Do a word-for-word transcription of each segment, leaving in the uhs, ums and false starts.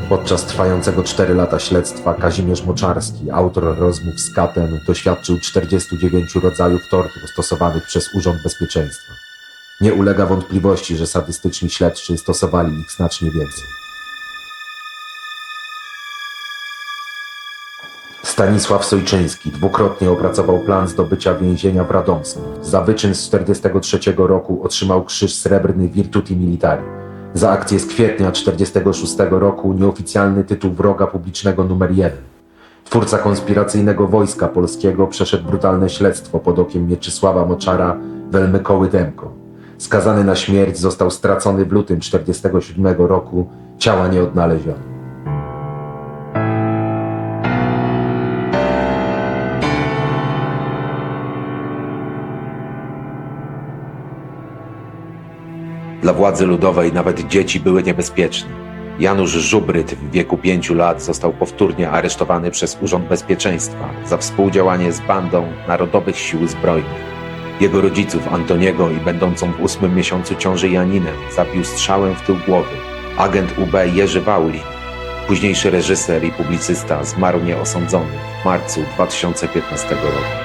Podczas trwającego cztery lata śledztwa Kazimierz Moczarski, autor rozmów z katem, doświadczył czterdziestu dziewięciu rodzajów tortur stosowanych przez Urząd Bezpieczeństwa. Nie ulega wątpliwości, że sadystyczni śledczy stosowali ich znacznie więcej. Stanisław Sojczyński dwukrotnie opracował plan zdobycia więzienia w Radomsku. Za wyczyn z tysiąc dziewięćset czterdziestego trzeciego roku otrzymał Krzyż Srebrny Virtuti Militari. Za akcję z kwietnia tysiąc dziewięćset czterdziestego szóstego roku nieoficjalny tytuł wroga publicznego numer jeden. Twórca konspiracyjnego Wojska Polskiego przeszedł brutalne śledztwo pod okiem Mieczysława Moczara Welmykoły Demko. Skazany na śmierć, został stracony w lutym tysiąc dziewięćset czterdziestego siódmego roku, ciała nie odnaleziono. Dla władzy ludowej nawet dzieci były niebezpieczne. Janusz Żubryt w wieku pięciu lat został powtórnie aresztowany przez Urząd Bezpieczeństwa za współdziałanie z bandą Narodowych Sił Zbrojnych. Jego rodziców Antoniego i będącą w ósmym miesiącu ciąży Janinę zabił strzałem w tył głowy agent U B Jerzy Wałlin, późniejszy reżyser i publicysta, zmarł nieosądzony w marcu dwa tysiące piętnastego roku.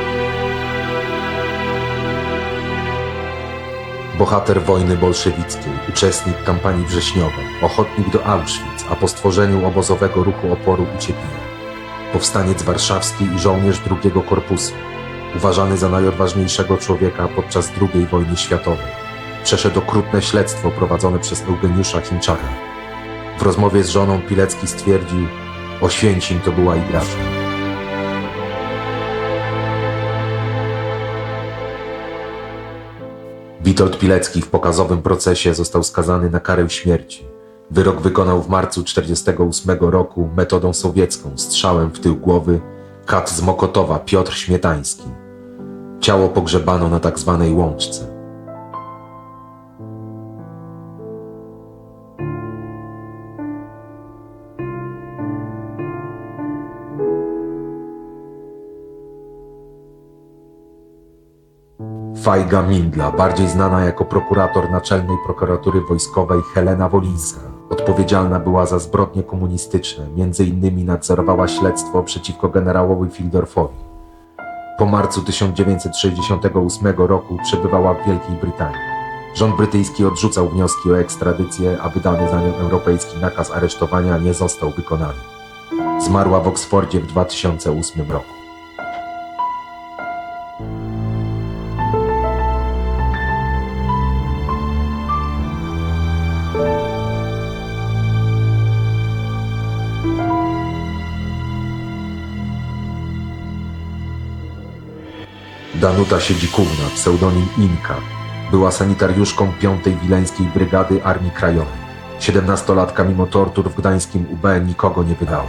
Bohater wojny bolszewickiej, uczestnik kampanii wrześniowej, ochotnik do Auschwitz, a po stworzeniu obozowego ruchu oporu uciekinierz. Powstaniec warszawski i żołnierz drugiego korpusu, uważany za najodważniejszego człowieka podczas drugiej wojny światowej. Przeszedł okrutne śledztwo prowadzone przez Eugeniusza Chińczaka. W rozmowie z żoną Pilecki stwierdził: Oświęcim to była igraszka. Witold Pilecki w pokazowym procesie został skazany na karę śmierci. Wyrok wykonał w marcu tysiąc dziewięćset czterdziestego ósmego roku metodą sowiecką, strzałem w tył głowy, kat z Mokotowa Piotr Śmietański. Ciało pogrzebano na tak zwanej Łączce. Fajga Mindla, bardziej znana jako prokurator Naczelnej Prokuratury Wojskowej Helena Wolińska, odpowiedzialna była za zbrodnie komunistyczne, między innymi nadzorowała śledztwo przeciwko generałowi Fildorfowi. Po marcu tysiąc dziewięćset sześćdziesiątego ósmego roku przebywała w Wielkiej Brytanii. Rząd brytyjski odrzucał wnioski o ekstradycję, a wydany za nią europejski nakaz aresztowania nie został wykonany. Zmarła w Oksfordzie w dwa tysiące ósmym roku. Danuta Siedzikówna, pseudonim Inka, była sanitariuszką piątej Wileńskiej Brygady Armii Krajowej. Siedemnastolatka mimo tortur w gdańskim U B nikogo nie wydała.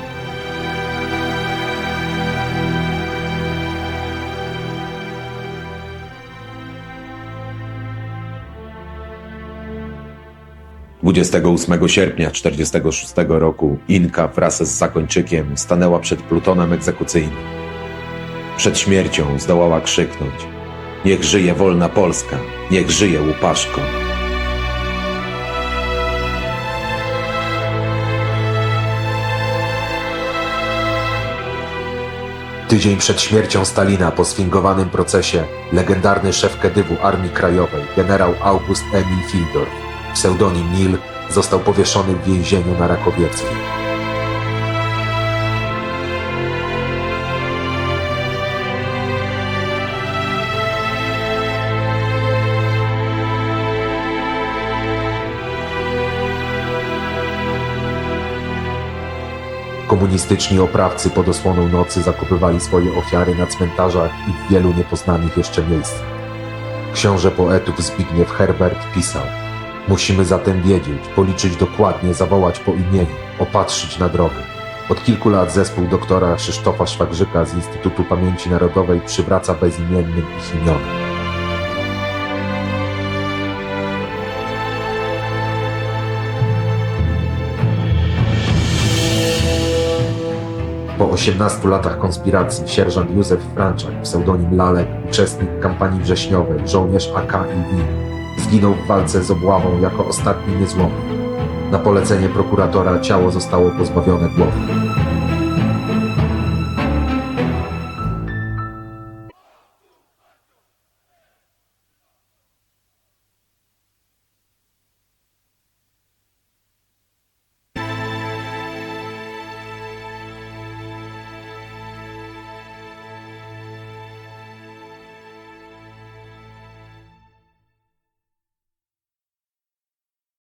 dwudziestego ósmego sierpnia tysiąc dziewięćset czterdziestego szóstego roku Inka wraz z Zakończykiem stanęła przed plutonem egzekucyjnym. Przed śmiercią zdołała krzyknąć: niech żyje wolna Polska, niech żyje Łupaszko. Tydzień przed śmiercią Stalina po sfingowanym procesie legendarny szef Kedywu Armii Krajowej, generał August Emil Fildorf, pseudonim Nil, został powieszony w więzieniu na Rakowieckiej. Komunistyczni oprawcy pod osłoną nocy zakopywali swoje ofiary na cmentarzach i w wielu niepoznanych jeszcze miejscach. Książę poetów Zbigniew Herbert pisał: musimy zatem wiedzieć, policzyć dokładnie, zawołać po imieniu, opatrzyć na drogę. Od kilku lat zespół doktora Krzysztofa Szwagrzyka z Instytutu Pamięci Narodowej przywraca bezimiennym ich imionom. Po osiemnastu latach konspiracji sierżant Józef Franczak, pseudonim Lalek, uczestnik kampanii wrześniowej, żołnierz A K i W I, zginął w walce z obławą jako ostatni niezłomny. Na polecenie prokuratora ciało zostało pozbawione głowy.